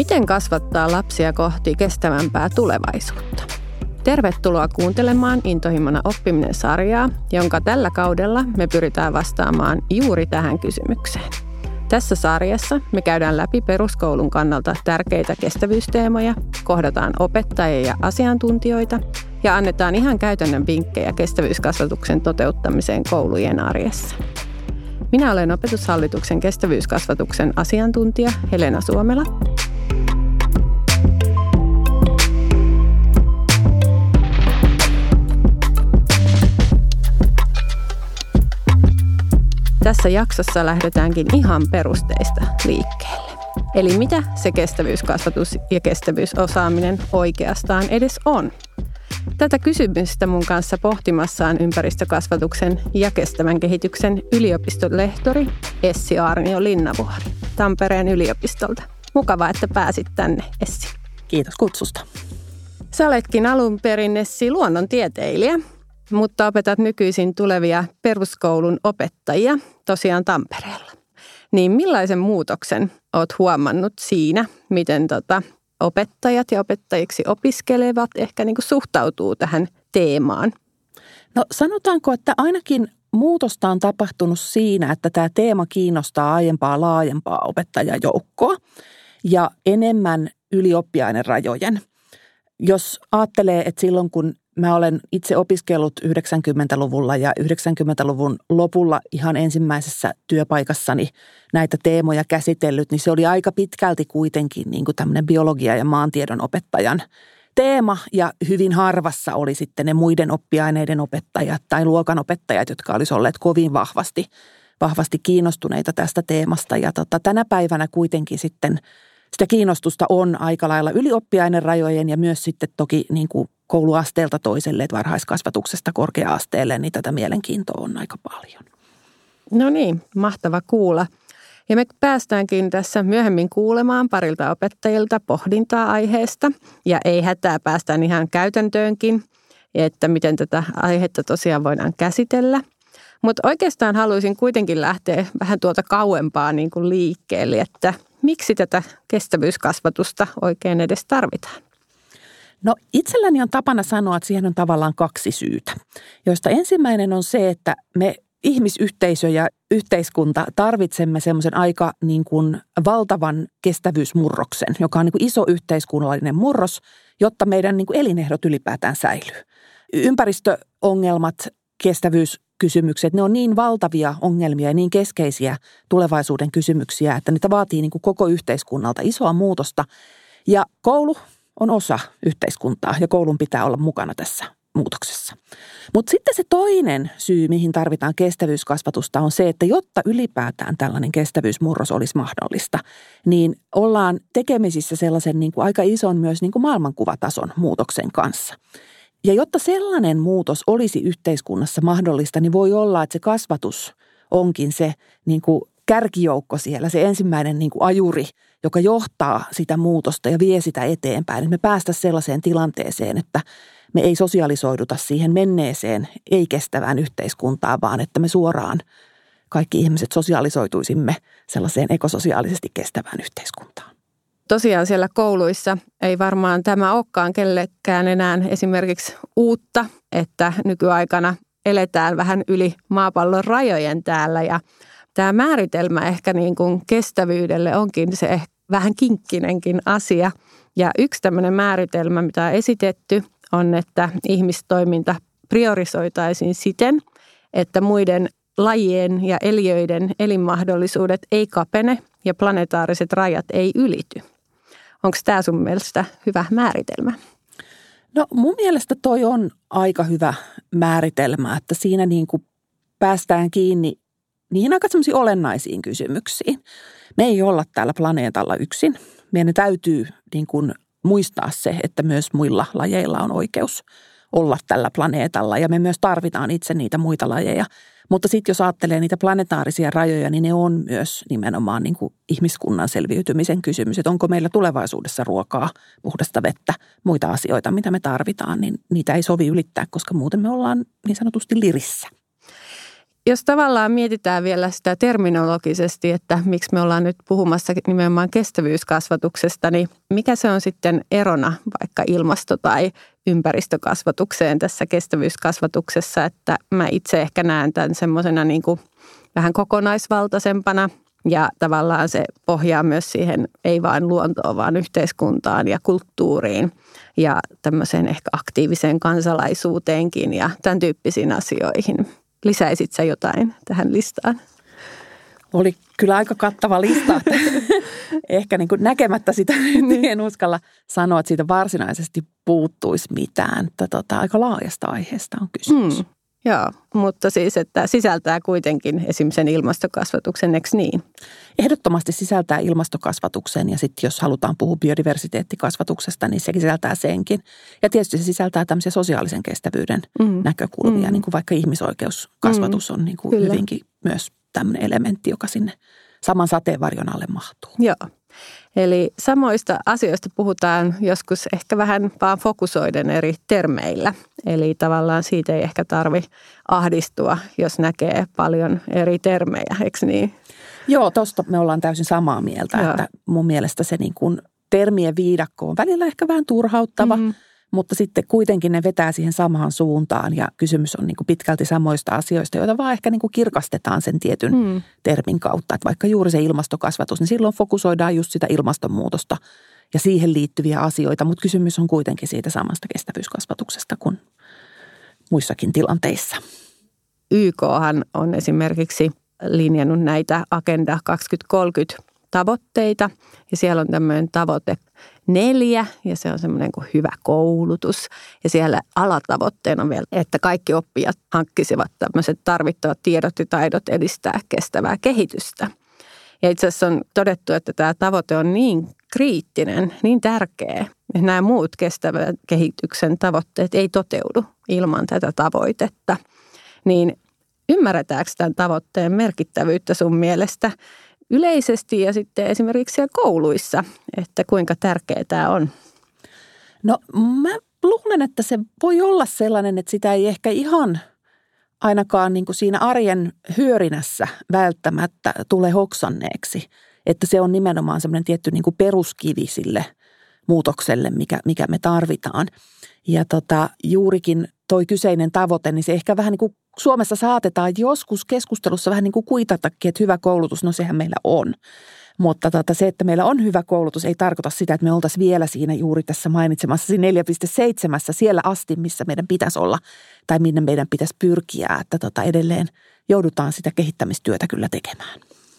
Miten kasvattaa lapsia kohti kestävämpää tulevaisuutta? Tervetuloa kuuntelemaan Intohimona oppiminen -sarjaa, jonka tällä kaudella me pyritään vastaamaan juuri tähän kysymykseen. Tässä sarjassa me käydään läpi peruskoulun kannalta tärkeitä kestävyysteemoja, kohdataan opettajia ja asiantuntijoita ja annetaan ihan käytännön vinkkejä kestävyyskasvatuksen toteuttamiseen koulujen arjessa. Minä olen Opetushallituksen kestävyyskasvatuksen asiantuntija Helena Suomela. Tässä jaksossa lähdetäänkin ihan perusteista liikkeelle. Eli mitä se kestävyyskasvatus ja kestävyysosaaminen oikeastaan edes on? Tätä kysymystä mun kanssa pohtimassaan ympäristökasvatuksen ja kestävän kehityksen yliopistolehtori Essi Aarnio-Linnavuori Tampereen yliopistolta. Mukavaa, että pääsit tänne, Essi. Kiitos kutsusta. Sä oletkin alun perin, Essi, luonnontieteilijä, mutta opetat nykyisin tulevia peruskoulun opettajia tosiaan Tampereella. Niin millaisen muutoksen oot huomannut siinä, miten opettajat ja opettajiksi opiskelevat ehkä niin kuin suhtautuu tähän teemaan? No sanotaanko, että ainakin muutosta on tapahtunut siinä, että tämä teema kiinnostaa aiempaa laajempaa opettajajoukkoa ja enemmän yli oppiainerajojen. Jos ajattelee, että silloin kun mä olen itse opiskellut 90-luvulla ja 90-luvun lopulla ihan ensimmäisessä työpaikassani näitä teemoja käsitellyt, niin se oli aika pitkälti kuitenkin niin kuin tämmöinen biologia- ja maantiedon opettajan teema. Ja hyvin harvassa oli sitten ne muiden oppiaineiden opettajat tai luokanopettajat, jotka olisi olleet kovin vahvasti kiinnostuneita tästä teemasta. Ja tänä päivänä kuitenkin sitten sitä kiinnostusta on aika lailla yli oppiainerajojen ja myös sitten toki niin kuin kouluasteelta toiselle, että varhaiskasvatuksesta korkea-asteelle, niin tätä mielenkiintoa on aika paljon. No niin, mahtava kuulla. Ja me päästäänkin tässä myöhemmin kuulemaan parilta opettajilta pohdintaa aiheesta. Ja ei hätää, päästään ihan käytäntöönkin, että miten tätä aihetta tosiaan voidaan käsitellä. Mutta oikeastaan haluaisin kuitenkin lähteä vähän tuolta kauempaa niin kuin liikkeelle, että miksi tätä kestävyyskasvatusta oikein edes tarvitaan? No itselläni on tapana sanoa, että siihen on tavallaan kaksi syytä, joista ensimmäinen on se, että me ihmisyhteisö ja yhteiskunta tarvitsemme semmoisen aika niin kuin valtavan kestävyysmurroksen, joka on niin kuin iso yhteiskunnallinen murros, jotta meidän niin kuin elinehdot ylipäätään säilyy. Ympäristöongelmat, kestävyyskysymykset, ne on niin valtavia ongelmia ja niin keskeisiä tulevaisuuden kysymyksiä, että niitä vaatii niin kuin koko yhteiskunnalta isoa muutosta. Ja koulu on osa yhteiskuntaa ja koulun pitää olla mukana tässä muutoksessa. Mutta sitten se toinen syy, mihin tarvitaan kestävyyskasvatusta, on se, että jotta ylipäätään tällainen kestävyysmurros olisi mahdollista, niin ollaan tekemisissä sellaisen niin kuin aika ison myös niin kuin maailmankuvatason muutoksen kanssa. Ja jotta sellainen muutos olisi yhteiskunnassa mahdollista, niin voi olla, että se kasvatus onkin se niin kuin kärkijoukko siellä, se ensimmäinen niin kuin ajuri, joka johtaa sitä muutosta ja vie sitä eteenpäin. Me päästä sellaiseen tilanteeseen, että me ei sosialisoiduta siihen menneeseen, ei kestävään yhteiskuntaan, vaan että me suoraan kaikki ihmiset sosialisoituisimme sellaiseen ekososiaalisesti kestävään yhteiskuntaan. Tosiaan siellä kouluissa ei varmaan tämä olekaan kellekään enää esimerkiksi uutta, että nykyaikana eletään vähän yli maapallon rajojen täällä ja tämä määritelmä ehkä niin kuin kestävyydelle onkin se vähän kinkkinenkin asia. Ja yksi tämmöinen määritelmä, mitä on esitetty, on, että ihmistoiminta priorisoitaisiin siten, että muiden lajien ja eliöiden elinmahdollisuudet ei kapene ja planetaariset rajat ei ylity. Onko tämä sun mielestä hyvä määritelmä? No mun mielestä toi on aika hyvä määritelmä, että siinä niin kuin päästään kiinni niihin aika semmoisiin olennaisiin kysymyksiin. Me ei olla täällä planeetalla yksin. Meidän täytyy niin kuin muistaa se, että myös muilla lajeilla on oikeus olla tällä planeetalla ja me myös tarvitaan itse niitä muita lajeja. Mutta sitten jos ajattelee niitä planetaarisia rajoja, niin ne on myös nimenomaan niin kuin ihmiskunnan selviytymisen kysymys. Että onko meillä tulevaisuudessa ruokaa, puhdasta vettä, muita asioita, mitä me tarvitaan, niin niitä ei sovi ylittää, koska muuten me ollaan niin sanotusti lirissä. jos tavallaan mietitään vielä sitä terminologisesti, että miksi me ollaan nyt puhumassa nimenomaan kestävyyskasvatuksesta, niin mikä se on sitten erona vaikka ilmasto- tai ympäristökasvatukseen tässä kestävyyskasvatuksessa, että mä itse ehkä näen tämän semmoisena niin kuin vähän kokonaisvaltaisempana ja tavallaan se pohjaa myös siihen ei vain luontoon, vaan yhteiskuntaan ja kulttuuriin ja tämmöiseen ehkä aktiiviseen kansalaisuuteenkin ja tämän tyyppisiin asioihin. Lisäisit sä jotain tähän listaan? Oli kyllä aika kattava lista. Ehkä niin kuin näkemättä sitä en uskalla sanoa, että siitä varsinaisesti puuttuisi mitään. Aika laajasta aiheesta on kysymys. Joo, mutta siis, että sisältää kuitenkin esimerkiksi sen ilmastokasvatuksen, eikö niin? Ehdottomasti sisältää ilmastokasvatuksen ja sitten jos halutaan puhua biodiversiteettikasvatuksesta, niin se sisältää senkin. Ja tietysti se sisältää tämmöisiä sosiaalisen kestävyyden näkökulmia, niin kuin vaikka ihmisoikeuskasvatus on niin kuin hyvinkin myös tämmöinen elementti, joka sinne saman sateenvarjon alle mahtuu. Joo. Eli samoista asioista puhutaan joskus ehkä vähän vaan fokusoiden eri termeillä. Eli tavallaan siitä ei ehkä tarvitse ahdistua, jos näkee paljon eri termejä, eikö niin? Joo, tuosta me ollaan täysin samaa mieltä, että mun mielestä se niin kuin termien viidakko on välillä ehkä vähän turhauttava, mutta sitten kuitenkin ne vetää siihen samaan suuntaan ja kysymys on niin kuin pitkälti samoista asioista, joita vaan ehkä niin kuin kirkastetaan sen tietyn termin kautta. Että vaikka juuri se ilmastokasvatus, niin silloin fokusoidaan just sitä ilmastonmuutosta ja siihen liittyviä asioita, mutta kysymys on kuitenkin siitä samasta kestävyyskasvatuksesta kuin muissakin tilanteissa. YKhan on esimerkiksi linjannut näitä Agenda 2030 tavoitteita ja siellä on tämmöinen tavoite 4 ja se on semmoinen kuin hyvä koulutus ja siellä alatavoitteena on vielä, että kaikki oppijat hankkisivat tämmöiset tarvittavat tiedot ja taidot edistää kestävää kehitystä. Ja itse asiassa on todettu, että tämä tavoite on niin kriittinen, niin tärkeä, että nämä muut kestävän kehityksen tavoitteet ei toteudu ilman tätä tavoitetta. Niin ymmärretäänkö tämän tavoitteen merkittävyyttä sun mielestä yleisesti ja sitten esimerkiksi siellä kouluissa, että kuinka tärkeää tämä on? No mä luulen, että se voi olla sellainen, että sitä ei ehkä ihan ainakaan niin kuin siinä arjen hyörinässä välttämättä tule hoksanneeksi. Että se on nimenomaan semmoinen tietty niin kuin peruskivi sille muutokselle, mikä me tarvitaan. Ja juurikin toi kyseinen tavoite, niin se ehkä vähän niin kuin Suomessa saatetaan joskus keskustelussa vähän niin kuin kuitatakin, että hyvä koulutus, no sehän meillä on. Mutta se, että meillä on hyvä koulutus, ei tarkoita sitä, että me oltaisiin vielä siinä juuri tässä mainitsemassasi 4.7 siellä asti, missä meidän pitäisi olla tai minne meidän pitäisi pyrkiä, että edelleen joudutaan sitä kehittämistyötä kyllä tekemään.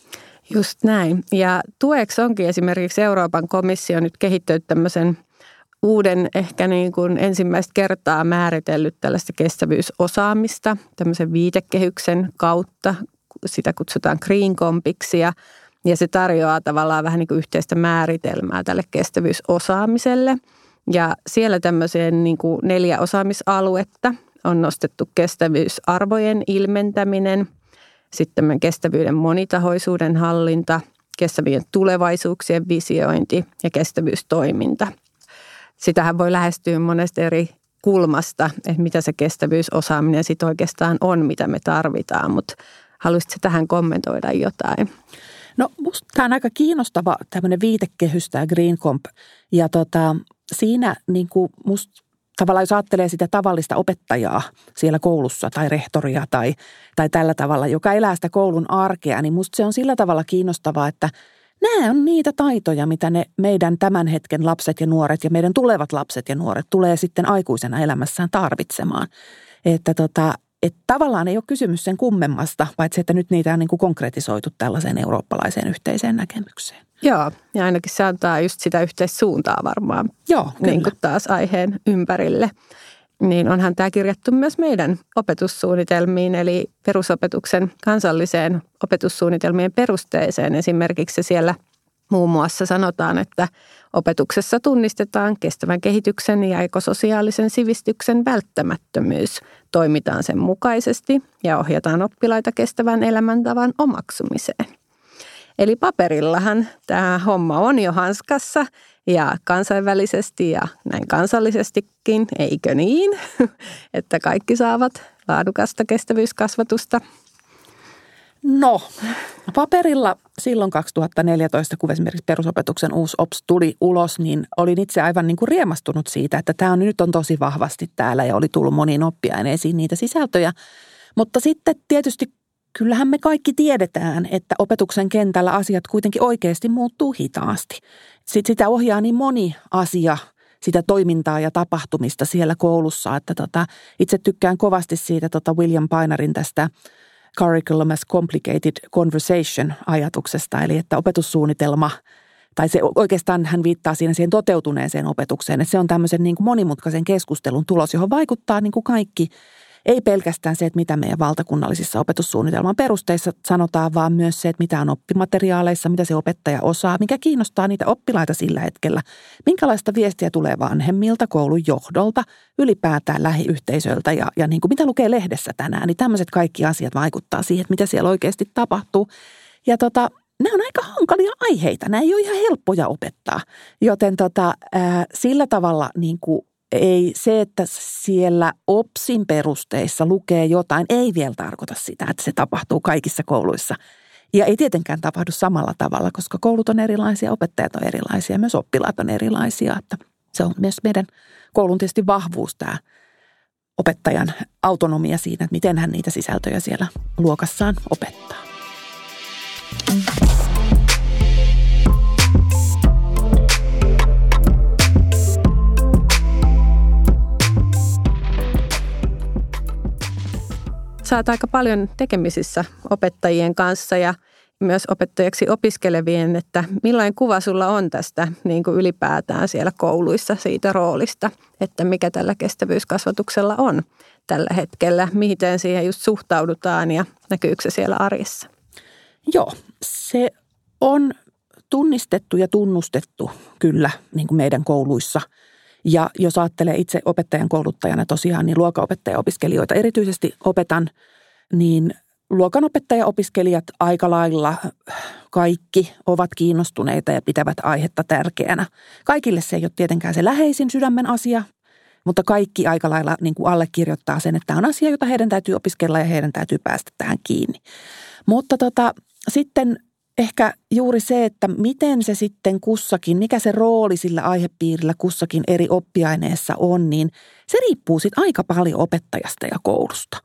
Just näin. Ja tueksi onkin esimerkiksi Euroopan komissio nyt kehittänyt tämmöisen uuden ehkä niin kuin ensimmäistä kertaa määritellyt tällaista kestävyysosaamista tämmöisen viitekehyksen kautta. Sitä kutsutaan Green Compiksi ja se tarjoaa tavallaan vähän niin kuin yhteistä määritelmää tälle kestävyysosaamiselle. Ja siellä tämmöiseen niin kuin 4 osaamisaluetta on nostettu kestävyysarvojen ilmentäminen, sitten kestävyyden monitahoisuuden hallinta, kestävien tulevaisuuksien visiointi ja kestävyystoiminta. Sitähän voi lähestyä monesta eri kulmasta, että mitä se kestävyysosaaminen sitten oikeastaan on, mitä me tarvitaan, mutta haluaisitko tähän kommentoida jotain? No musta tämä on aika kiinnostava tämmöinen viitekehys, tämä Green Comp. Ja siinä niin kuin musta tavallaan jos ajattelee sitä tavallista opettajaa siellä koulussa tai rehtoria tai tällä tavalla, joka elää sitä koulun arkea, niin musta se on sillä tavalla kiinnostavaa, että nämä on niitä taitoja, mitä ne meidän tämän hetken lapset ja nuoret ja meidän tulevat lapset ja nuoret tulee sitten aikuisena elämässään tarvitsemaan. Että tavallaan ei ole kysymys sen kummemmasta, paitsi että nyt niitä on niin kuin konkretisoitu tällaiseen eurooppalaiseen yhteiseen näkemykseen. Joo, ja ainakin se antaa just sitä yhteissuuntaa varmaan. Joo, kyllä. Niin kuin taas aiheen ympärille. Niin onhan tämä kirjattu myös meidän opetussuunnitelmiin, eli perusopetuksen kansalliseen opetussuunnitelmien perusteeseen. Esimerkiksi siellä muun muassa sanotaan, että opetuksessa tunnistetaan kestävän kehityksen ja ekososiaalisen sivistyksen välttämättömyys. Toimitaan sen mukaisesti ja ohjataan oppilaita kestävän elämäntavan omaksumiseen. Eli paperillahan tämä homma on jo hanskassa ja kansainvälisesti ja näin kansallisestikin, eikö niin, että kaikki saavat laadukasta kestävyyskasvatusta. No, paperilla silloin 2014, kun esimerkiksi perusopetuksen uusi OPS tuli ulos, niin olin itse aivan niin kuin riemastunut siitä, että tämä nyt on tosi vahvasti täällä ja oli tullut moniin oppiaineisiin niitä sisältöjä. Mutta sitten tietysti kyllähän me kaikki tiedetään, että opetuksen kentällä asiat kuitenkin oikeasti muuttuu hitaasti. Sitten sitä ohjaa niin moni asia, sitä toimintaa ja tapahtumista siellä koulussa, että itse tykkään kovasti siitä William Painerin tästä Curriculum as Complicated Conversation-ajatuksesta, eli että opetussuunnitelma, tai se oikeastaan hän viittaa siinä siihen toteutuneeseen opetukseen, että se on tämmöisen niin kuin monimutkaisen keskustelun tulos, johon vaikuttaa niin kuin kaikki, ei pelkästään se, että mitä meidän valtakunnallisissa opetussuunnitelman perusteissa sanotaan, vaan myös se, että mitä on oppimateriaaleissa, mitä se opettaja osaa, mikä kiinnostaa niitä oppilaita sillä hetkellä, minkälaista viestiä tulee vanhemmilta, koulun johdolta, ylipäätään lähiyhteisöltä ja niin kuin mitä lukee lehdessä tänään, niin tämmöiset kaikki asiat vaikuttaa siihen, että mitä siellä oikeasti tapahtuu. Ja nämä on aika hankalia aiheita, nämä ei ole ihan helppoja opettaa, joten sillä tavalla niin kuin ei se, että siellä OPSin perusteissa lukee jotain, ei vielä tarkoita sitä, että se tapahtuu kaikissa kouluissa. Ja ei tietenkään tapahdu samalla tavalla, koska koulut on erilaisia, opettajat on erilaisia, myös oppilaat on erilaisia. Että se on myös meidän koulun tietysti vahvuus, tämä opettajan autonomia siinä, että miten hän niitä sisältöjä siellä luokassaan opettaa. Sä oot aika paljon tekemisissä opettajien kanssa ja myös opettajaksi opiskelevien, että millainen kuva sulla on tästä niin kuin ylipäätään siellä kouluissa siitä roolista, että mikä tällä kestävyyskasvatuksella on tällä hetkellä, miten siihen just suhtaudutaan ja näkyykö se siellä arjessa? Joo, se on tunnistettu ja tunnustettu kyllä niin kuin meidän kouluissa. Ja jos ajattelee itse opettajan kouluttajana tosiaan, niin luokanopettajaopiskelijoita erityisesti opetan, niin luokanopettajaopiskelijat aika lailla kaikki ovat kiinnostuneita ja pitävät aihetta tärkeänä. Kaikille se ei ole tietenkään se läheisin sydämen asia, mutta kaikki aika lailla niin kuin allekirjoittaa sen, että tämä on asia, jota heidän täytyy opiskella ja heidän täytyy päästä tähän kiinni. Mutta sitten ehkä juuri se, että miten se sitten kussakin, mikä se rooli sillä aihepiirillä kussakin eri oppiaineessa on, niin se riippuu sitten aika paljon opettajasta ja koulusta.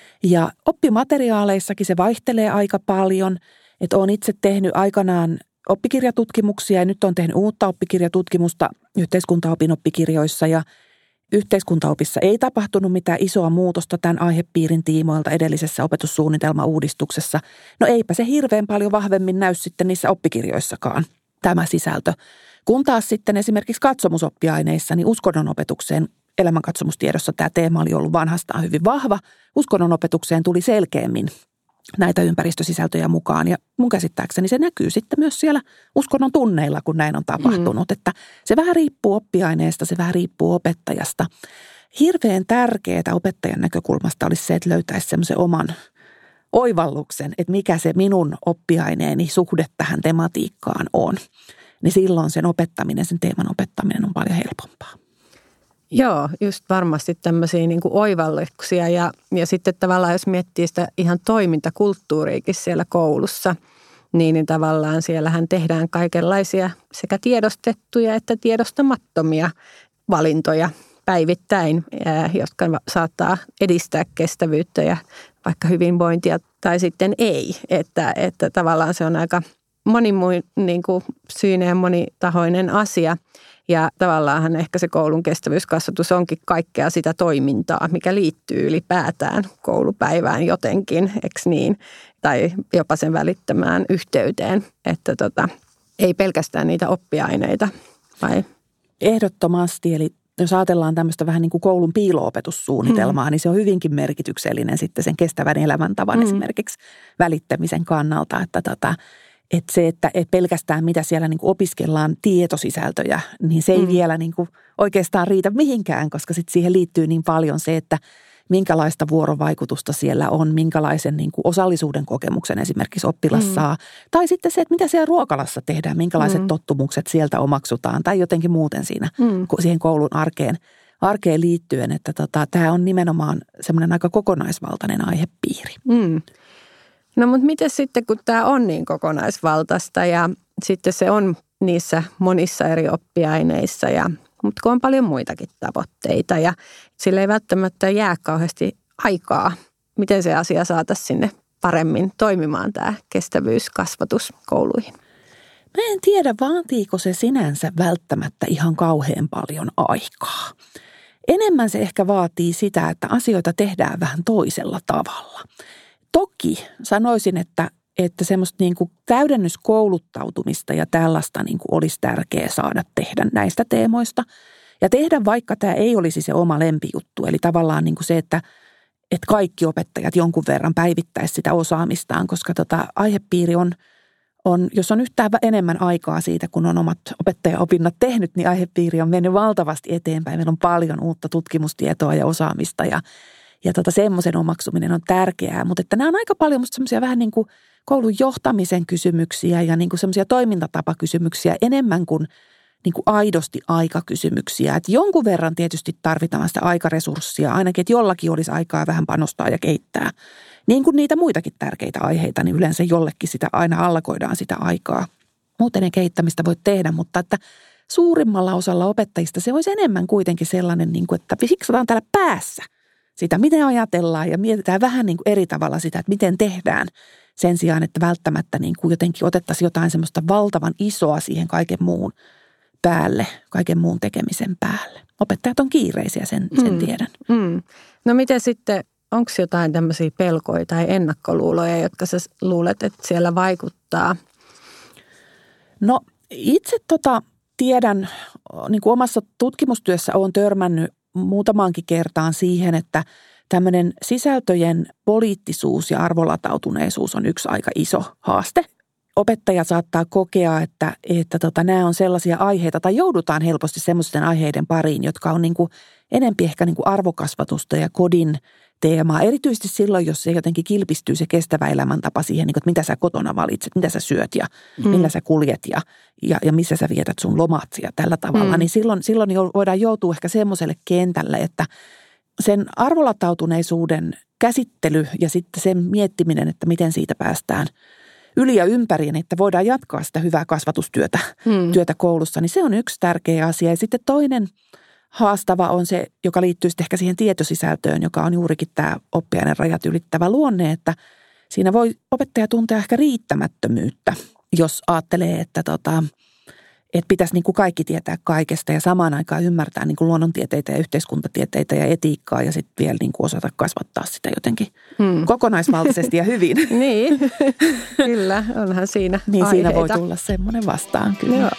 Ja oppimateriaaleissakin se vaihtelee aika paljon, että olen itse tehnyt aikanaan oppikirjatutkimuksia ja nyt olen tehnyt uutta oppikirjatutkimusta yhteiskuntaopin oppikirjoissa ja yhteiskuntaopissa ei tapahtunut mitään isoa muutosta tämän aihepiirin tiimoilta edellisessä opetussuunnitelmauudistuksessa. No eipä se hirveän paljon vahvemmin näy sitten niissä oppikirjoissakaan tämä sisältö. Kun taas sitten esimerkiksi katsomusoppiaineissa, niin uskonnonopetukseen elämänkatsomustiedossa tämä teema oli ollut vanhastaan hyvin vahva. Uskonnonopetukseen tuli selkeämmin näitä ympäristösisältöjä mukaan ja mun käsittääkseni se näkyy sitten myös siellä uskonnon tunneilla, kun näin on tapahtunut. Että se vähän riippuu oppiaineesta, se vähän riippuu opettajasta. Hirveän tärkeää opettajan näkökulmasta olisi se, että löytäisi semmoisen oman oivalluksen, että mikä se minun oppiaineeni suhde tähän tematiikkaan on. Niin silloin sen opettaminen, sen teeman opettaminen on paljon helpompaa. Joo, just varmasti tämmöisiä niin kuin oivalluksia ja sitten tavallaan jos miettii sitä ihan toimintakulttuuriikin siellä koulussa, niin tavallaan siellähän tehdään kaikenlaisia sekä tiedostettuja että tiedostamattomia valintoja päivittäin, jotka saattaa edistää kestävyyttä ja vaikka hyvinvointia tai sitten ei, että tavallaan se on aika monisyinen ja monitahoinen asia. Ja tavallaan ehkä se koulun kestävyyskasvatus onkin kaikkea sitä toimintaa, mikä liittyy ylipäätään koulupäivään jotenkin, eikö niin? Tai jopa sen välittämään yhteyteen, että ei pelkästään niitä oppiaineita, vai? Ehdottomasti, eli jos ajatellaan tämmöistä vähän niin kuin koulun piilo-opetussuunnitelmaa, niin se on hyvinkin merkityksellinen sitten sen kestävän elämäntavan esimerkiksi välittämisen kannalta, että se, että pelkästään mitä siellä niin kuin opiskellaan tietosisältöjä, niin se ei vielä niin kuin oikeastaan riitä mihinkään, koska sitten siihen liittyy niin paljon se, että minkälaista vuorovaikutusta siellä on, minkälaisen niin kuin osallisuuden kokemuksen esimerkiksi oppilas saa. Tai sitten se, että mitä siellä ruokalassa tehdään, minkälaiset tottumukset sieltä omaksutaan tai jotenkin muuten siinä siihen koulun arkeen liittyen, että tämä on nimenomaan semmoinen aika kokonaisvaltainen aihepiiri. No mutta miten sitten, kun tämä on niin kokonaisvaltaista ja sitten se on niissä monissa eri oppiaineissa, mutta kun on paljon muitakin tavoitteita ja sillä ei välttämättä jää kauheasti aikaa. Miten se asia saataisiin sinne paremmin toimimaan, tämä kestävyyskasvatus kouluihin? Mä en tiedä, vaatiiko se sinänsä välttämättä ihan kauhean paljon aikaa. Enemmän se ehkä vaatii sitä, että asioita tehdään vähän toisella tavalla. Toki sanoisin, että semmoista niin kuin täydennyskouluttautumista ja tällaista niin kuin olisi tärkeää saada tehdä näistä teemoista. Ja tehdä vaikka tämä ei olisi se oma lempijuttu, eli tavallaan niin kuin se, että kaikki opettajat jonkun verran päivittäisi sitä osaamistaan, koska aihepiiri on, jos on yhtään enemmän aikaa siitä, kun on omat opettajaopinnot tehnyt, niin aihepiiri on mennyt valtavasti eteenpäin. Meillä on paljon uutta tutkimustietoa ja osaamista ja semmoisen omaksuminen on tärkeää, mutta että nämä on aika paljon musta semmoisia vähän niin kuin koulun johtamisen kysymyksiä ja niin kuin semmoisia toimintatapakysymyksiä enemmän kuin aidosti aikakysymyksiä. Että jonkun verran tietysti tarvitaan sitä aikaresurssia, ainakin että jollakin olisi aikaa vähän panostaa ja kehittää. Niin kuin niitä muitakin tärkeitä aiheita, niin yleensä jollekin sitä aina allokoidaan sitä aikaa. Muuten ei kehittämistä voi tehdä, mutta että suurimmalla osalla opettajista se olisi enemmän kuitenkin sellainen, niin kuin, että fiksataan täällä päässä sitä, miten ajatellaan ja mietitään vähän niin kuin eri tavalla sitä, että miten tehdään sen sijaan, että välttämättä niin kuin jotenkin otettaisiin jotain semmoista valtavan isoa siihen kaiken muun päälle, kaiken muun tekemisen päälle. Opettajat on kiireisiä, sen tiedän. No miten sitten, onko jotain tämmöisiä pelkoja tai ennakkoluuloja, jotka sä luulet, että siellä vaikuttaa? No itse tiedän, niin kuin omassa tutkimustyössä olen törmännyt muutamaankin kertaan siihen, että tämmöinen sisältöjen poliittisuus ja arvolatautuneisuus on yksi aika iso haaste. Opettaja saattaa kokea, että nämä on sellaisia aiheita tai joudutaan helposti semmoisten aiheiden pariin, jotka on niin kuin enempi ehkä niin kuin arvokasvatusta ja kodin teemaa. Erityisesti silloin, jos se jotenkin kilpistyy se kestävä elämäntapa siihen, niin kuin, että mitä sä kotona valitset, mitä sä syöt ja millä sä kuljet ja missä sä vietät sun lomat ja tällä tavalla. Niin silloin voidaan joutua ehkä semmoiselle kentälle, että sen arvolatautuneisuuden käsittely ja sitten sen miettiminen, että miten siitä päästään yli ja ympäri, että voidaan jatkaa sitä hyvää kasvatustyötä työtä koulussa, niin se on yksi tärkeä asia. Ja sitten toinen haastava on se, joka liittyy sitten ehkä siihen tietosisältöön, joka on juurikin tämä oppiaineen rajat ylittävä luonne, että siinä voi opettaja tuntea ehkä riittämättömyyttä, jos ajattelee, että pitäisi niin kuin kaikki tietää kaikesta ja samaan aikaan ymmärtää niin kuin luonnontieteitä ja yhteiskuntatieteitä ja etiikkaa ja sitten vielä niin kuin osata kasvattaa sitä jotenkin kokonaisvaltaisesti ja hyvin. Niin, kyllä, onhan siinä niin aiheita. Siinä voi tulla semmoinen vastaan kyllä. Joo.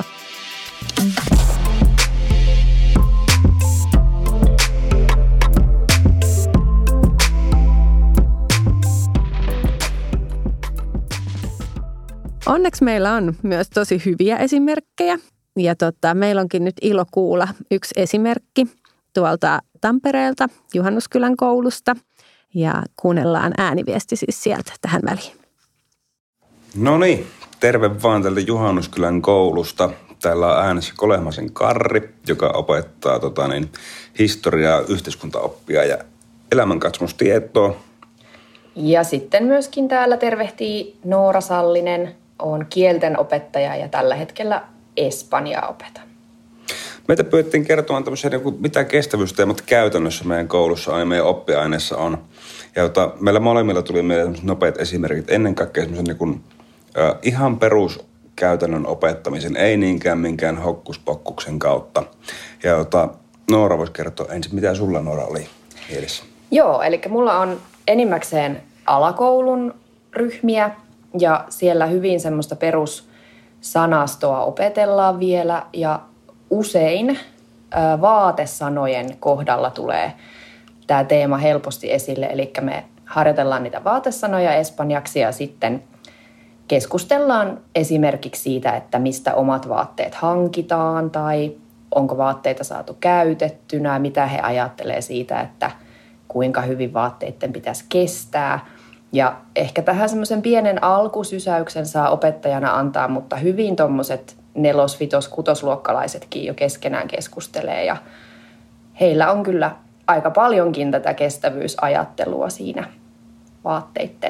Onneksi meillä on myös tosi hyviä esimerkkejä ja meillä onkin nyt ilo kuulla yksi esimerkki tuolta Tampereelta Juhannuskylän koulusta ja kuunnellaan ääniviesti siis sieltä tähän väliin. No niin, terve vaan tältä Juhannuskylän koulusta. Täällä on äänessä Kolehmaisen Karri, joka opettaa historiaa, yhteiskuntaoppia ja elämänkatsomustietoa. Ja sitten myöskin täällä tervehtii Noora Sallinen, on kielten opettaja ja tällä hetkellä espanjaa opetan. Meitä pyydettiin kertomaan tämmöisiä, mitä kestävyysteemat käytännössä meidän koulussa on ja meidän oppiaineessa on. Ja meillä molemmilla tuli meille nopeat esimerkit, ennen kaikkea semmoisen ihan peruskäytännön opettamisen, ei niinkään minkään hokkuspokkuksen kautta. Ja Noora voisi kertoa ensin, mitä sulla Noora oli mielessä? Joo, eli mulla on enimmäkseen alakoulun ryhmiä ja siellä hyvin semmoista perussanastoa opetellaan vielä ja usein vaatesanojen kohdalla tulee tämä teema helposti esille. Eli me harjoitellaan niitä vaatesanoja espanjaksi ja sitten keskustellaan esimerkiksi siitä, että mistä omat vaatteet hankitaan tai onko vaatteita saatu käytettynä, mitä he ajattelee siitä, että kuinka hyvin vaatteiden pitäisi kestää. Ja ehkä tähän semmoisen pienen alkusysäyksen saa opettajana antaa, mutta hyvin tommoset 4-, 5-, 6-luokkalaisetkin jo keskenään keskustelee. Ja heillä on kyllä aika paljonkin tätä kestävyysajattelua siinä vaatteiden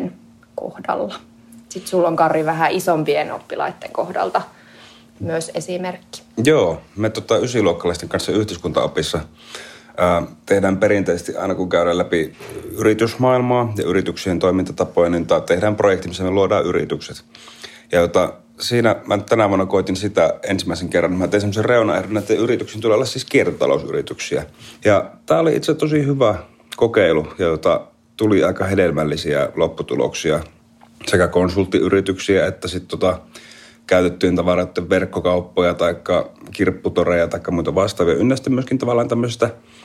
kohdalla. Sitten sulla on, Karri, vähän isompien oppilaiden kohdalta myös esimerkki. Joo, me ysiluokkalaisten kanssa yhteiskuntaopissa tehdään perinteisesti aina kun käydään läpi yritysmaailmaa ja yrityksien toimintatapoja, niin tehdään projekti, missä me luodaan yritykset. Ja siinä mä tänä vuonna koitin sitä ensimmäisen kerran. Mä tein semmoisen reunaehdon, että yrityksiin tulee olla siis kiertotalousyrityksiä. Ja tää oli itse tosi hyvä kokeilu, ja tuli aika hedelmällisiä lopputuloksia. Sekä konsulttiyrityksiä että sitten käytettyjen tavaroiden verkkokauppoja tai kirpputoreja tai muita vastaavia. Ynnä sitten myöskin tavallaan tämmöisestä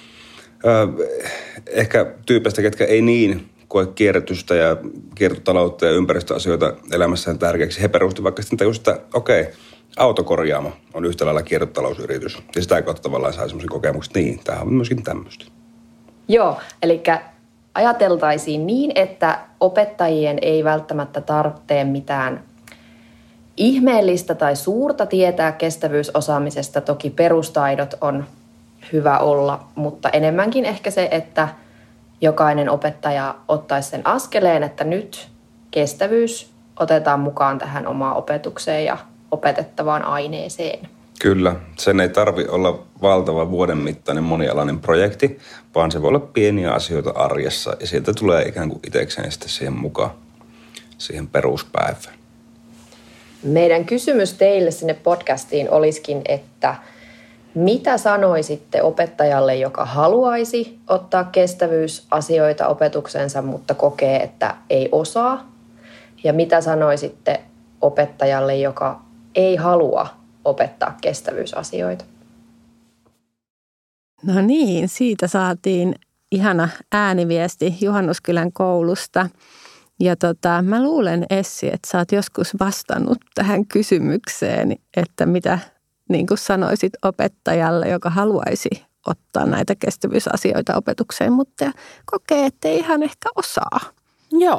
ehkä tyypeistä, ketkä ei niin koe kierrätystä ja kiertotaloutta ja ympäristöasioita elämässään tärkeäksi. He perustivat vaikka sitten tajusivat, että okei, autokorjaamo on yhtä lailla kiertotalousyritys. Ja sitä kautta tavallaan sai semmoisen kokemuksen, että niin, tämähän on myöskin tämmöistä. Joo, eli ajateltaisiin niin, että opettajien ei välttämättä tarvitse mitään ihmeellistä tai suurta tietää kestävyysosaamisesta. Toki perustaidot on hyvä olla, mutta enemmänkin ehkä se, että jokainen opettaja ottaisi sen askeleen, että nyt kestävyys otetaan mukaan tähän omaan opetukseen ja opetettavaan aineeseen. Kyllä, sen ei tarvitse olla valtava vuoden mittainen monialainen projekti, vaan se voi olla pieniä asioita arjessa ja sieltä tulee ikään kuin itsekseen sitten siihen mukaan, siihen peruspäivään. Meidän kysymys teille sinne podcastiin olisikin, että mitä sanoisitte opettajalle, joka haluaisi ottaa kestävyysasioita opetuksensa, mutta kokee, että ei osaa? Ja mitä sanoisitte opettajalle, joka ei halua opettaa kestävyysasioita? No niin, siitä saatiin ihana ääniviesti Juhannuskylän koulusta. Ja mä luulen, Essi, että sä oot joskus vastannut tähän kysymykseen, että mitä niin kuin sanoisit opettajalle, joka haluaisi ottaa näitä kestävyysasioita opetukseen, mutta kokee, että ei ihan ehkä osaa. Joo.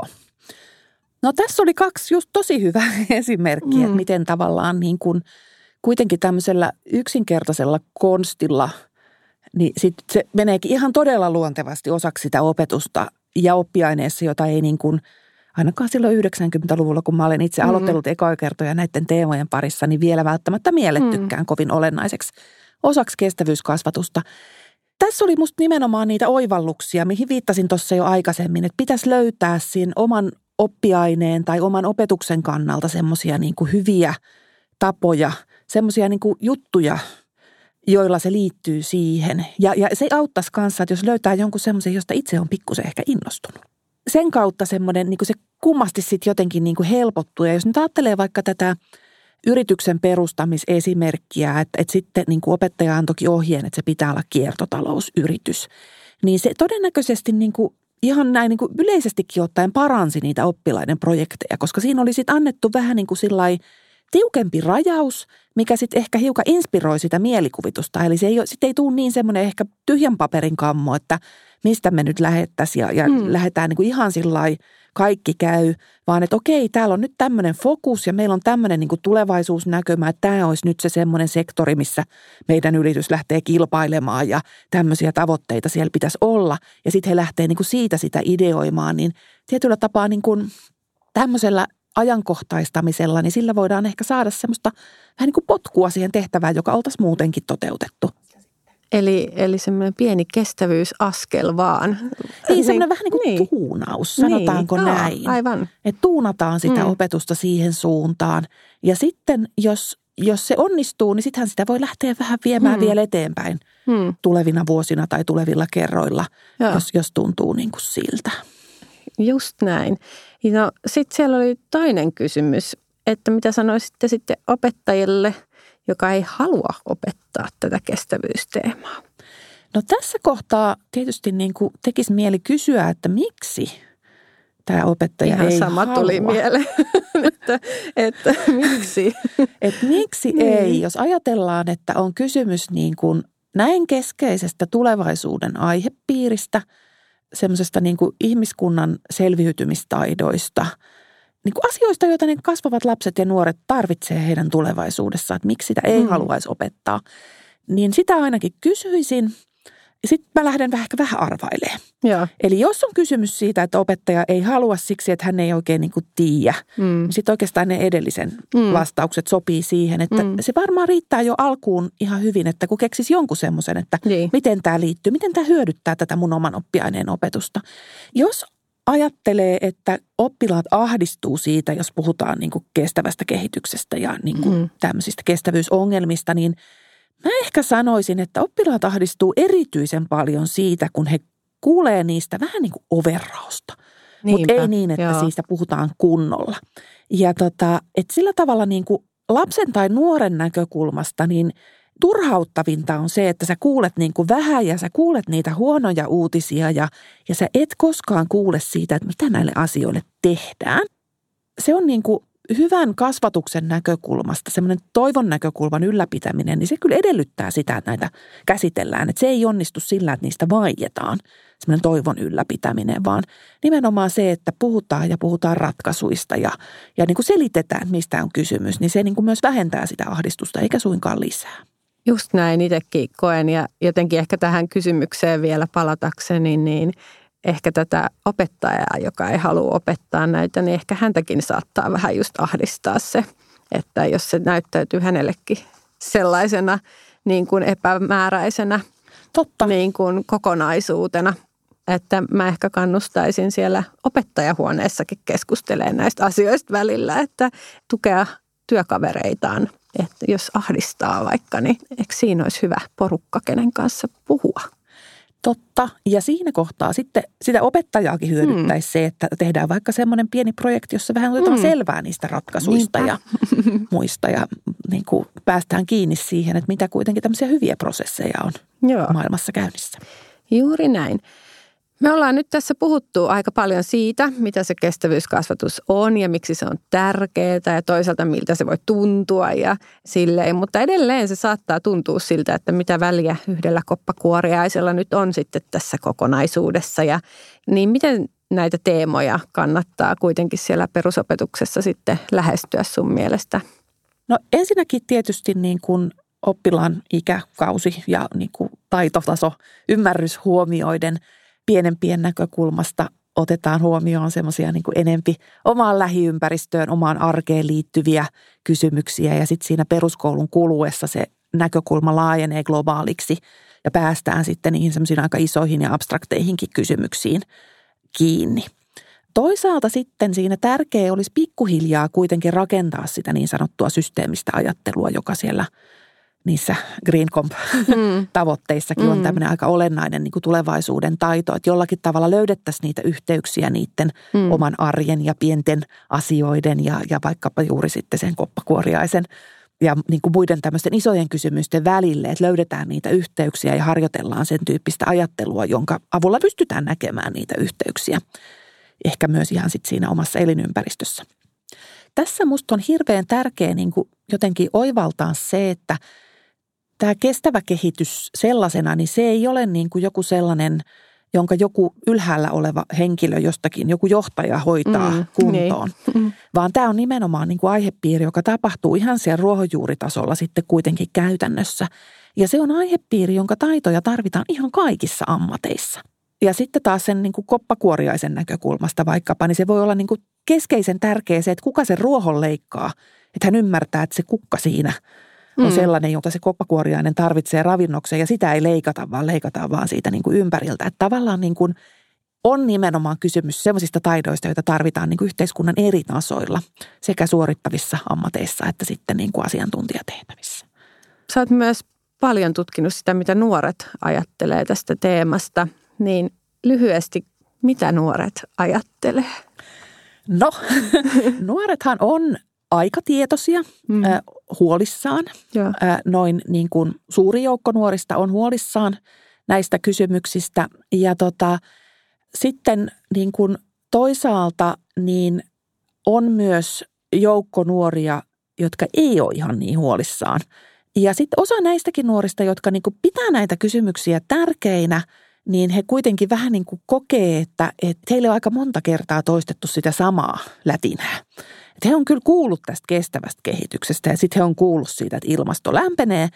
No tässä oli 2 just tosi hyvää esimerkkiä, että miten tavallaan niin kuin kuitenkin tämmöisellä yksinkertaisella konstilla, niin sitten se meneekin ihan todella luontevasti osaksi sitä opetusta ja oppiaineessa, jota ei niin kuin ainakaan silloin 90-luvulla, kun mä olen itse aloitellut ekaa kertoja näiden teemojen parissa, niin vielä välttämättä miellettykään kovin olennaiseksi osaksi kestävyyskasvatusta. Tässä oli musta nimenomaan niitä oivalluksia, mihin viittasin tuossa jo aikaisemmin, että pitäisi löytää siinä oman oppiaineen tai oman opetuksen kannalta semmoisia niin kuin hyviä tapoja, semmoisia niin kuin juttuja, joilla se liittyy siihen. Ja se auttaisi kanssa, että jos löytää jonkun semmoisen, josta itse on pikkusen ehkä innostunut. Sen kautta semmoinen, niin kuin se kummasti sitten jotenkin niin kuin helpottuu. Ja jos nyt ajattelee vaikka tätä yrityksen perustamisesimerkkiä, että sitten niin kuin opettaja antoikin ohjeen, että se pitää olla kiertotalousyritys, niin se todennäköisesti niin kuin ihan näin niin kuin yleisestikin ottaen paransi niitä oppilaiden projekteja, koska siinä oli sitten annettu vähän niin kuin sillai tiukempi rajaus, mikä sitten ehkä hiukan inspiroi sitä mielikuvitusta. Eli se ei tule niin semmoinen ehkä tyhjän paperin kammo, että mistä me nyt lähettäisiin ja lähdetään niin kuin ihan sillai kaikki käy, vaan että okei, täällä on nyt tämmöinen fokus ja meillä on tämmöinen niin kuin tulevaisuusnäkymä, että tämä olisi nyt se semmoinen sektori, missä meidän yritys lähtee kilpailemaan ja tämmöisiä tavoitteita siellä pitäisi olla. Ja sitten he lähtee niin kuin siitä sitä ideoimaan, niin tietyllä tapaa niin kuin tämmöisellä ajankohtaistamisella, niin sillä voidaan ehkä saada semmoista vähän niin kuin potkua siihen tehtävään, joka oltaisiin muutenkin toteutettu. Eli semmoinen pieni kestävyysaskel vaan. Niin, semmoinen vähän niin kuin tuunaus, sanotaanko näin. Aivan. Että tuunataan sitä opetusta siihen suuntaan. Ja sitten, jos se onnistuu, niin sittenhän sitä voi lähteä vähän viemään vielä eteenpäin tulevina vuosina tai tulevilla kerroilla, jos tuntuu niin kuin siltä. Just näin. No sitten siellä oli toinen kysymys, että mitä sanoisitte sitten opettajille, joka ei halua opettaa tätä kestävyysteemaa? No tässä kohtaa tietysti niin kuin tekisi mieli kysyä, että miksi tämä opettaja ihan ei sama halua. Tuli mieleen, että miksi? Että miksi ei, jos ajatellaan, että on kysymys niin kuin näin keskeisestä tulevaisuuden aihepiiristä, semmoisesta niin kuin ihmiskunnan selviytymistaidoista, niin kuin asioista, joita ne kasvavat lapset ja nuoret tarvitsee heidän tulevaisuudessaan, että miksi sitä ei haluaisi opettaa. Niin sitä ainakin kysyisin Sitten mä lähden vähän arvailemaan. Joo. Eli jos on kysymys siitä, että opettaja ei halua siksi, että hän ei oikein niin kuin tiedä, niin sitten oikeastaan ne edellisen vastaukset sopii siihen, että se varmaan riittää jo alkuun ihan hyvin, että kun keksisi jonkun semmoisen, että miten tämä liittyy, miten tämä hyödyttää tätä mun oman oppiaineen opetusta. Jos ajattelee, että oppilaat ahdistuu siitä, jos puhutaan niin kuin kestävästä kehityksestä ja niin kuin tämmöisistä kestävyysongelmista, niin mä ehkä sanoisin, että oppilaat ahdistuu erityisen paljon siitä, kun he kuulee niistä vähän niin kuin overrausta. Mutta ei niin, että siitä puhutaan kunnolla. Ja että sillä tavalla niin kuin lapsen tai nuoren näkökulmasta niin turhauttavinta on se, että sä kuulet niin kuin vähän ja sä kuulet niitä huonoja uutisia ja sä et koskaan kuule siitä, että mitä näille asioille tehdään. Se on niin kuin hyvän kasvatuksen näkökulmasta, semmoinen toivon näkökulman ylläpitäminen, niin se kyllä edellyttää sitä, että näitä käsitellään. Että se ei onnistu sillä, että niistä vaietaan, semmoinen toivon ylläpitäminen, vaan nimenomaan se, että puhutaan ratkaisuista ja niin kuin selitetään, mistä on kysymys, niin se niin kuin myös vähentää sitä ahdistusta eikä suinkaan lisää. Just näin itsekin koen ja jotenkin ehkä tähän kysymykseen vielä palatakseni, niin ehkä tätä opettajaa, joka ei halua opettaa näitä, niin ehkä häntäkin saattaa vähän just ahdistaa se, että jos se näyttäytyy hänellekin sellaisena niin kuin epämääräisenä niin kuin kokonaisuutena, että mä ehkä kannustaisin siellä opettajahuoneessakin keskustelemaan näistä asioista välillä, että tukea työkavereitaan, että jos ahdistaa vaikka, niin eikö siinä olisi hyvä porukka, kenen kanssa puhua? Totta. Ja siinä kohtaa sitten sitä opettajaakin hyödyttäisi se, että tehdään vaikka semmoinen pieni projekti, jossa vähän otetaan selvää niistä ratkaisuista ja muista ja niin kuin päästään kiinni siihen, että mitä kuitenkin tämmöisiä hyviä prosesseja on maailmassa käynnissä. Juuri näin. Me ollaan nyt tässä puhuttu aika paljon siitä, mitä se kestävyyskasvatus on ja miksi se on tärkeää ja toisaalta miltä se voi tuntua ja silleen. Mutta edelleen se saattaa tuntua siltä, että mitä väliä yhdellä koppakuoriaisella nyt on sitten tässä kokonaisuudessa. Ja niin miten näitä teemoja kannattaa kuitenkin siellä perusopetuksessa sitten lähestyä sun mielestä? No ensinnäkin tietysti niin kuin oppilaan ikäkausi ja niin kuin taitotaso, ymmärrys huomioiden pienempien näkökulmasta otetaan huomioon semmoisia niin kuin enempi omaan lähiympäristöön, omaan arkeen liittyviä kysymyksiä ja sitten siinä peruskoulun kuluessa se näkökulma laajenee globaaliksi ja päästään sitten niihin semmoisiin aika isoihin ja abstrakteihinkin kysymyksiin kiinni. Toisaalta sitten siinä tärkeää olisi pikkuhiljaa kuitenkin rakentaa sitä niin sanottua systeemistä ajattelua, joka siellä niissä Green Comp-tavoitteissakin on tämmöinen aika olennainen niin kuin tulevaisuuden taito, että jollakin tavalla löydettäisiin niitä yhteyksiä niiden oman arjen ja pienten asioiden ja vaikkapa juuri sitten sen koppakuoriaisen ja niin kuin muiden tämmöisten isojen kysymysten välille, että löydetään niitä yhteyksiä ja harjoitellaan sen tyyppistä ajattelua, jonka avulla pystytään näkemään niitä yhteyksiä, ehkä myös ihan sitten siinä omassa elinympäristössä. Tässä musta on hirveän tärkeä niin kuin jotenkin oivaltaa se, että tämä kestävä kehitys sellaisena, niin se ei ole niin kuin joku sellainen, jonka joku ylhäällä oleva henkilö jostakin, joku johtaja hoitaa kuntoon. Vaan tämä on nimenomaan niin kuin aihepiiri, joka tapahtuu ihan siellä ruohonjuuritasolla sitten kuitenkin käytännössä. Ja se on aihepiiri, jonka taitoja tarvitaan ihan kaikissa ammateissa. Ja sitten taas sen niin kuin koppakuoriaisen näkökulmasta vaikkapa, niin se voi olla niin kuin keskeisen tärkeä se, että kuka sen ruohon leikkaa. Että hän ymmärtää, että se kukka siinä on sellainen, jota se koppakuoriainen tarvitsee ravinnokseen ja sitä ei leikata, vaan leikataan vaan siitä niin kuin ympäriltä. Että tavallaan niin kuin on nimenomaan kysymys sellaisista taidoista, joita tarvitaan niin kuin yhteiskunnan eri tasoilla sekä suorittavissa ammateissa että sitten niin kuin asiantuntijatehtävissä. Sä oot myös paljon tutkinut sitä, mitä nuoret ajattelee tästä teemasta, niin lyhyesti, mitä nuoret ajattelee? No, nuorethan on aika tietoisia, huolissaan. Noin niin kuin suuri joukko nuorista on huolissaan näistä kysymyksistä. Ja sitten niin kuin toisaalta niin on myös joukko nuoria, jotka ei ole ihan niin huolissaan. Ja sitten osa näistäkin nuorista, jotka niin kuin pitää näitä kysymyksiä tärkeinä, niin he kuitenkin vähän niin kuin kokee, että heille on aika monta kertaa toistettu sitä samaa lätinää. Että he on kyllä kuullut tästä kestävästä kehityksestä ja sitten he on kuullut siitä, että ilmasto lämpenee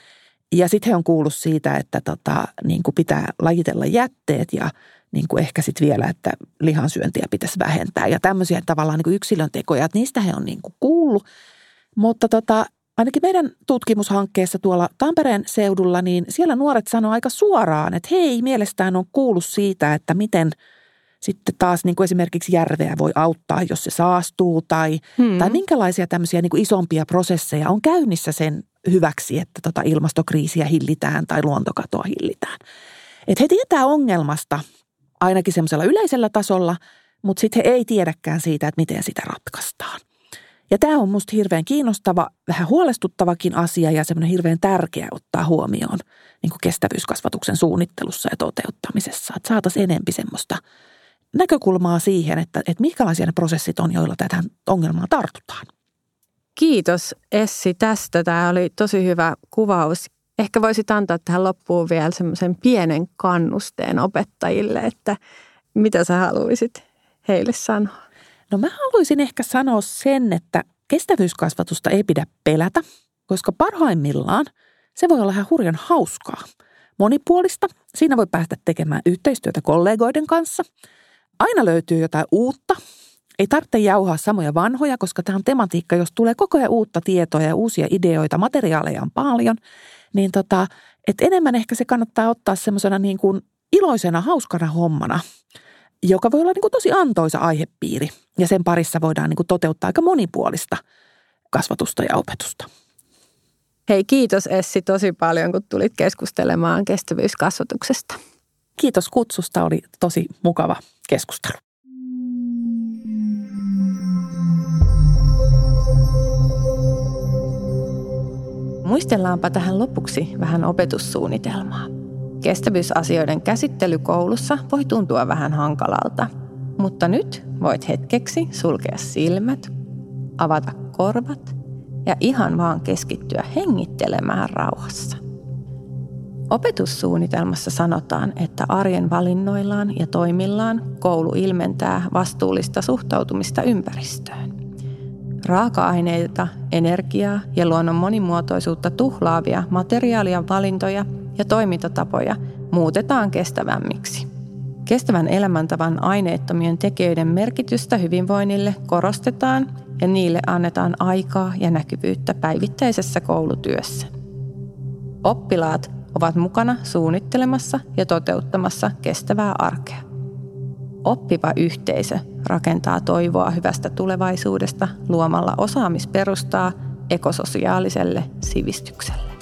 Ja sitten he on kuullut siitä, että niin kuin pitää lajitella jätteet ja niin kuin ehkä sitten vielä, että lihansyöntiä pitäisi vähentää. Ja tämmöisiä tavallaan niin kuin yksilön tekoja, että niistä he on niin kuin kuullut. Mutta ainakin meidän tutkimushankkeessa tuolla Tampereen seudulla, niin siellä nuoret sanoo aika suoraan, että hei, mielestään on kuullut siitä, että miten sitten taas niin kuin esimerkiksi järveä voi auttaa, jos se saastuu tai minkälaisia tämmöisiä niin kuin isompia prosesseja on käynnissä sen hyväksi, että ilmastokriisiä hillitään tai luontokatoa hillitään. Että he tietää ongelmasta ainakin semmoisella yleisellä tasolla, mutta sitten he ei tiedäkään siitä, että miten sitä ratkaistaan. Ja tämä on musta hirveän kiinnostava, vähän huolestuttavakin asia ja semmoinen hirveän tärkeä ottaa huomioon niin kuin kestävyyskasvatuksen suunnittelussa ja toteuttamisessa. Että saataisiin enempi semmoista näkökulmaa siihen, että minkälaisia ne prosessit on, joilla tähän ongelmaan tartutaan. Kiitos Essi tästä. Tämä oli tosi hyvä kuvaus. Ehkä voisit antaa tähän loppuun vielä semmoisen pienen kannusteen opettajille, että mitä sä haluaisit heille sanoa? No mä haluaisin ehkä sanoa sen, että kestävyyskasvatusta ei pidä pelätä, koska parhaimmillaan se voi olla ihan hurjan hauskaa. Monipuolista, siinä voi päästä tekemään yhteistyötä kollegoiden kanssa. Aina löytyy jotain uutta. Ei tarvitse jauhaa samoja vanhoja, koska tämä on tematiikka, jos tulee koko ajan uutta tietoa ja uusia ideoita, materiaaleja on paljon. Niin että enemmän ehkä se kannattaa ottaa semmoisena niin kuin iloisena, hauskana hommana, joka voi olla niin kuin tosi antoisa aihepiiri. Ja sen parissa voidaan niin kuin toteuttaa aika monipuolista kasvatusta ja opetusta. Hei, kiitos Essi tosi paljon, kun tulit keskustelemaan kestävyyskasvatuksesta. Kiitos kutsusta, oli tosi mukava keskustelu. Muistellaanpa tähän lopuksi vähän opetussuunnitelmaa. Kestävyysasioiden käsittely koulussa voi tuntua vähän hankalalta, mutta nyt voit hetkeksi sulkea silmät, avata korvat ja ihan vaan keskittyä hengittelemään rauhassa. Opetussuunnitelmassa sanotaan, että arjen valinnoillaan ja toimillaan koulu ilmentää vastuullista suhtautumista ympäristöön. Raaka-aineita, energiaa ja luonnon monimuotoisuutta tuhlaavia materiaalia valintoja ja toimintatapoja muutetaan kestävämmiksi. Kestävän elämäntavan aineettomien tekijöiden merkitystä hyvinvoinnille korostetaan ja niille annetaan aikaa ja näkyvyyttä päivittäisessä koulutyössä. Oppilaat ovat mukana suunnittelemassa ja toteuttamassa kestävää arkea. Oppiva yhteisö rakentaa toivoa hyvästä tulevaisuudesta luomalla osaamisperustaa ekososiaaliselle sivistykselle.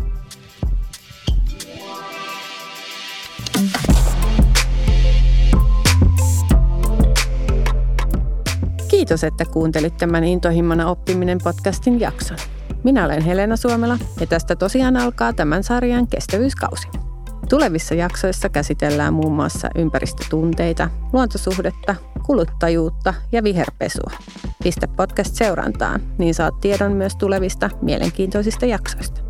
Kiitos, että kuuntelit tämän Intohimona oppiminen podcastin jakson. Minä olen Helena Suomela ja tästä tosiaan alkaa tämän sarjan kestävyyskausi. Tulevissa jaksoissa käsitellään muun muassa ympäristötunteita, luontosuhdetta, kuluttajuutta ja viherpesua. Pistä podcast seurantaan, niin saat tiedon myös tulevista mielenkiintoisista jaksoista.